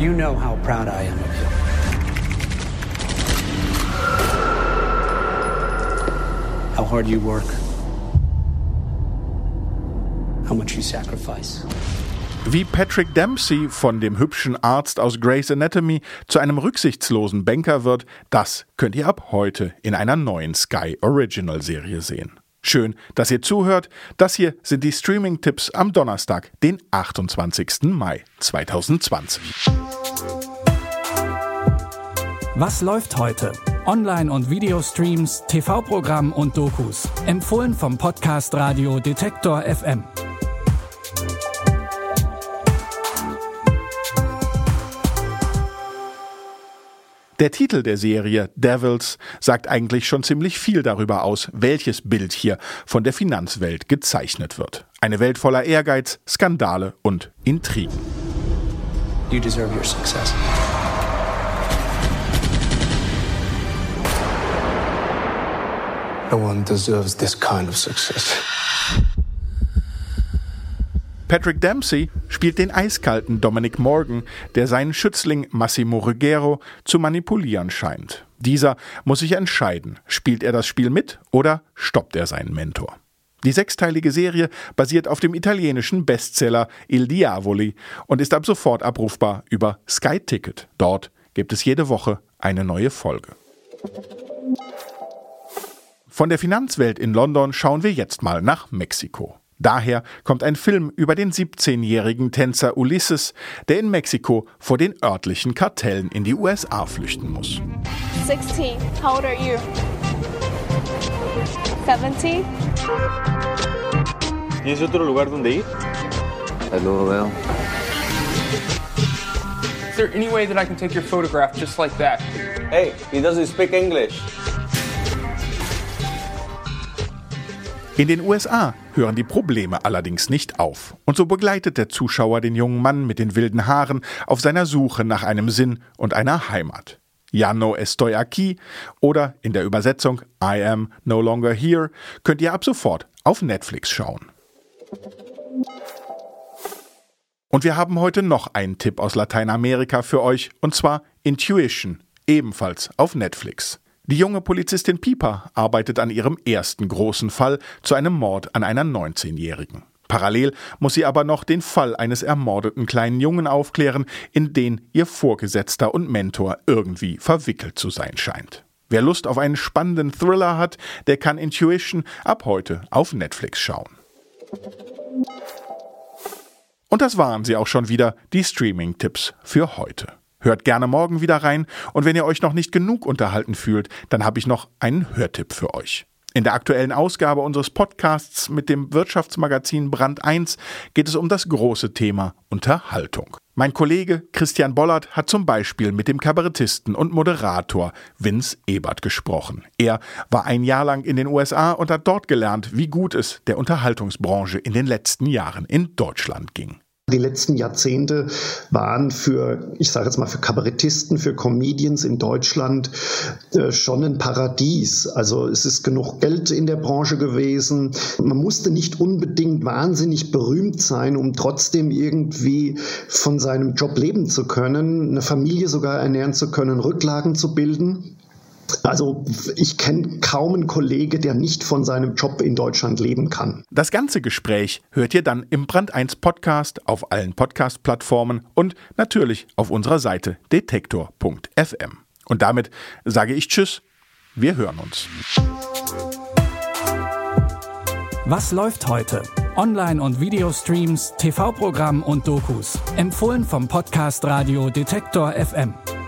You know how proud I am of you. How hard you work. How much you sacrifice. Wie Patrick Dempsey von dem hübschen Arzt aus Grey's Anatomy zu einem rücksichtslosen Banker wird, das könnt ihr ab heute in einer neuen Sky Original Serie sehen. Schön, dass ihr zuhört. Das hier sind die Streaming-Tipps am Donnerstag, den 28. Mai 2020. Was läuft heute? Online- und Videostreams, TV-Programm und Dokus. Empfohlen vom Podcast Radio Detektor FM. Der Titel der Serie Devils sagt eigentlich schon ziemlich viel darüber aus, welches Bild hier von der Finanzwelt gezeichnet wird. Eine Welt voller Ehrgeiz, Skandale und Intrigen. You deserve your success. No one deserves this kind of success. Patrick Dempsey spielt den eiskalten Dominic Morgan, der seinen Schützling Massimo Ruggero zu manipulieren scheint. Dieser muss sich entscheiden, spielt er das Spiel mit oder stoppt er seinen Mentor? Die 6-teilige Serie basiert auf dem italienischen Bestseller Il Diavoli und ist ab sofort abrufbar über Sky Ticket. Dort gibt es jede Woche eine neue Folge. Von der Finanzwelt in London schauen wir jetzt mal nach Mexiko. Daher kommt ein Film über den 17-jährigen Tänzer Ulises, der in Mexiko vor den örtlichen Kartellen in die USA flüchten muss. 16. How old are you? 17? ¿Tienes otro lugar donde ir? Luego veo. Is there any way that I can take your photograph just like that? Hey, he doesn't speak English. In den USA hören die Probleme allerdings nicht auf. Und so begleitet der Zuschauer den jungen Mann mit den wilden Haaren auf seiner Suche nach einem Sinn und einer Heimat. Ya no estoy aquí oder in der Übersetzung I am no longer here könnt ihr ab sofort auf Netflix schauen. Und wir haben heute noch einen Tipp aus Lateinamerika für euch, und zwar Intuition, ebenfalls auf Netflix. Die junge Polizistin Piper arbeitet an ihrem ersten großen Fall zu einem Mord an einer 19-Jährigen. Parallel muss sie aber noch den Fall eines ermordeten kleinen Jungen aufklären, in den ihr Vorgesetzter und Mentor irgendwie verwickelt zu sein scheint. Wer Lust auf einen spannenden Thriller hat, der kann Intuition ab heute auf Netflix schauen. Und das waren sie auch schon wieder, die Streaming-Tipps für heute. Hört gerne morgen wieder rein und wenn ihr euch noch nicht genug unterhalten fühlt, dann habe ich noch einen Hörtipp für euch. In der aktuellen Ausgabe unseres Podcasts mit dem Wirtschaftsmagazin Brand 1 geht es um das große Thema Unterhaltung. Mein Kollege Christian Bollert hat zum Beispiel mit dem Kabarettisten und Moderator Vince Ebert gesprochen. Er war ein Jahr lang in den USA und hat dort gelernt, wie gut es der Unterhaltungsbranche in den letzten Jahren in Deutschland ging. Die letzten Jahrzehnte waren für Kabarettisten, für Comedians in Deutschland schon ein Paradies. Also es ist genug Geld in der Branche gewesen. Man musste nicht unbedingt wahnsinnig berühmt sein, um trotzdem irgendwie von seinem Job leben zu können, eine Familie sogar ernähren zu können, Rücklagen zu bilden. Also ich kenne kaum einen Kollege, der nicht von seinem Job in Deutschland leben kann. Das ganze Gespräch hört ihr dann im Brand 1 Podcast auf allen Podcast-Plattformen und natürlich auf unserer Seite detektor.fm. Und damit sage ich Tschüss, wir hören uns. Was läuft heute? Online- und Videostreams, TV-Programm und Dokus. Empfohlen vom Podcast Radio Detektor FM.